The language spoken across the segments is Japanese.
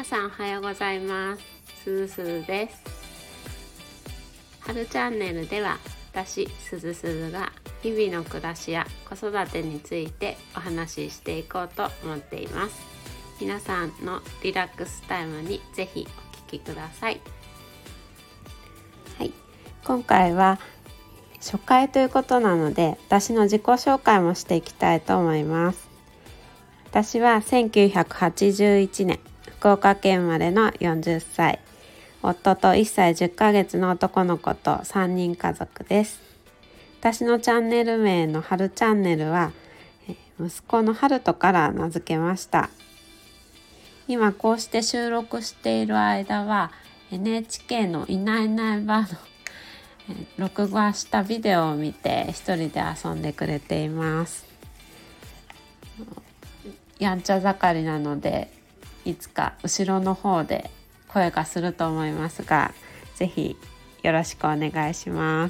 皆さんおはようございます。すずすずです。春チャンネルでは私すずすずが日々の暮らしや子育てについてお話ししていこうと思っています。皆さんのリラックスタイムにぜひお聞きください。はい、今回は初回ということなので私の自己紹介もしていきたいと思います。私は1981年福岡県生まれの40歳、夫と1歳10ヶ月の男の子と3人家族です。私のチャンネル名の春チャンネルは息子の春人から名付けました。今こうして収録している間は NHK のいないいないばの録画したビデオを見て一人で遊んでくれています。やんちゃ盛りなのでいつか後ろの方で声がすると思いますが、ぜひよろしくお願いします。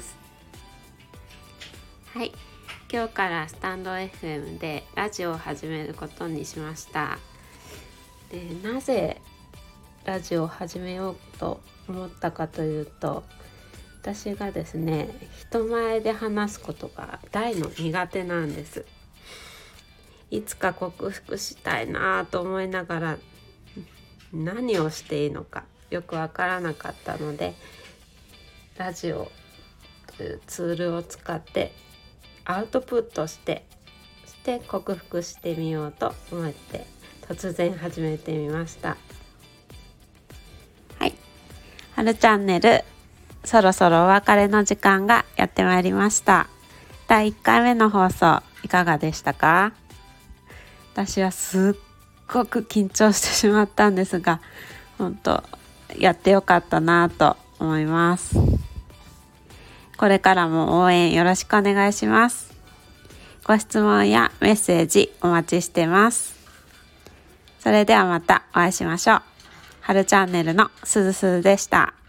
はい、今日からスタンド FM でラジオを始めることにしました。で、なぜラジオを始めようと思ったかというと、私がですね、人前で話すことが大の苦手なんです。いつか克服したいなと思いながら何をしていいのかよくわからなかったので、ラジオというツールを使ってアウトプットして克服してみようと思って突然始めてみました。はい、春チャンネルそろそろお別れの時間がやってまいりました。第1回目の放送いかがでしたか？私はすっごく緊張してしまったんですが、本当やってよかったなと思います。これからも応援よろしくお願いします。ご質問やメッセージお待ちしてます。それではまたお会いしましょう。春チャンネルのすずすずでした。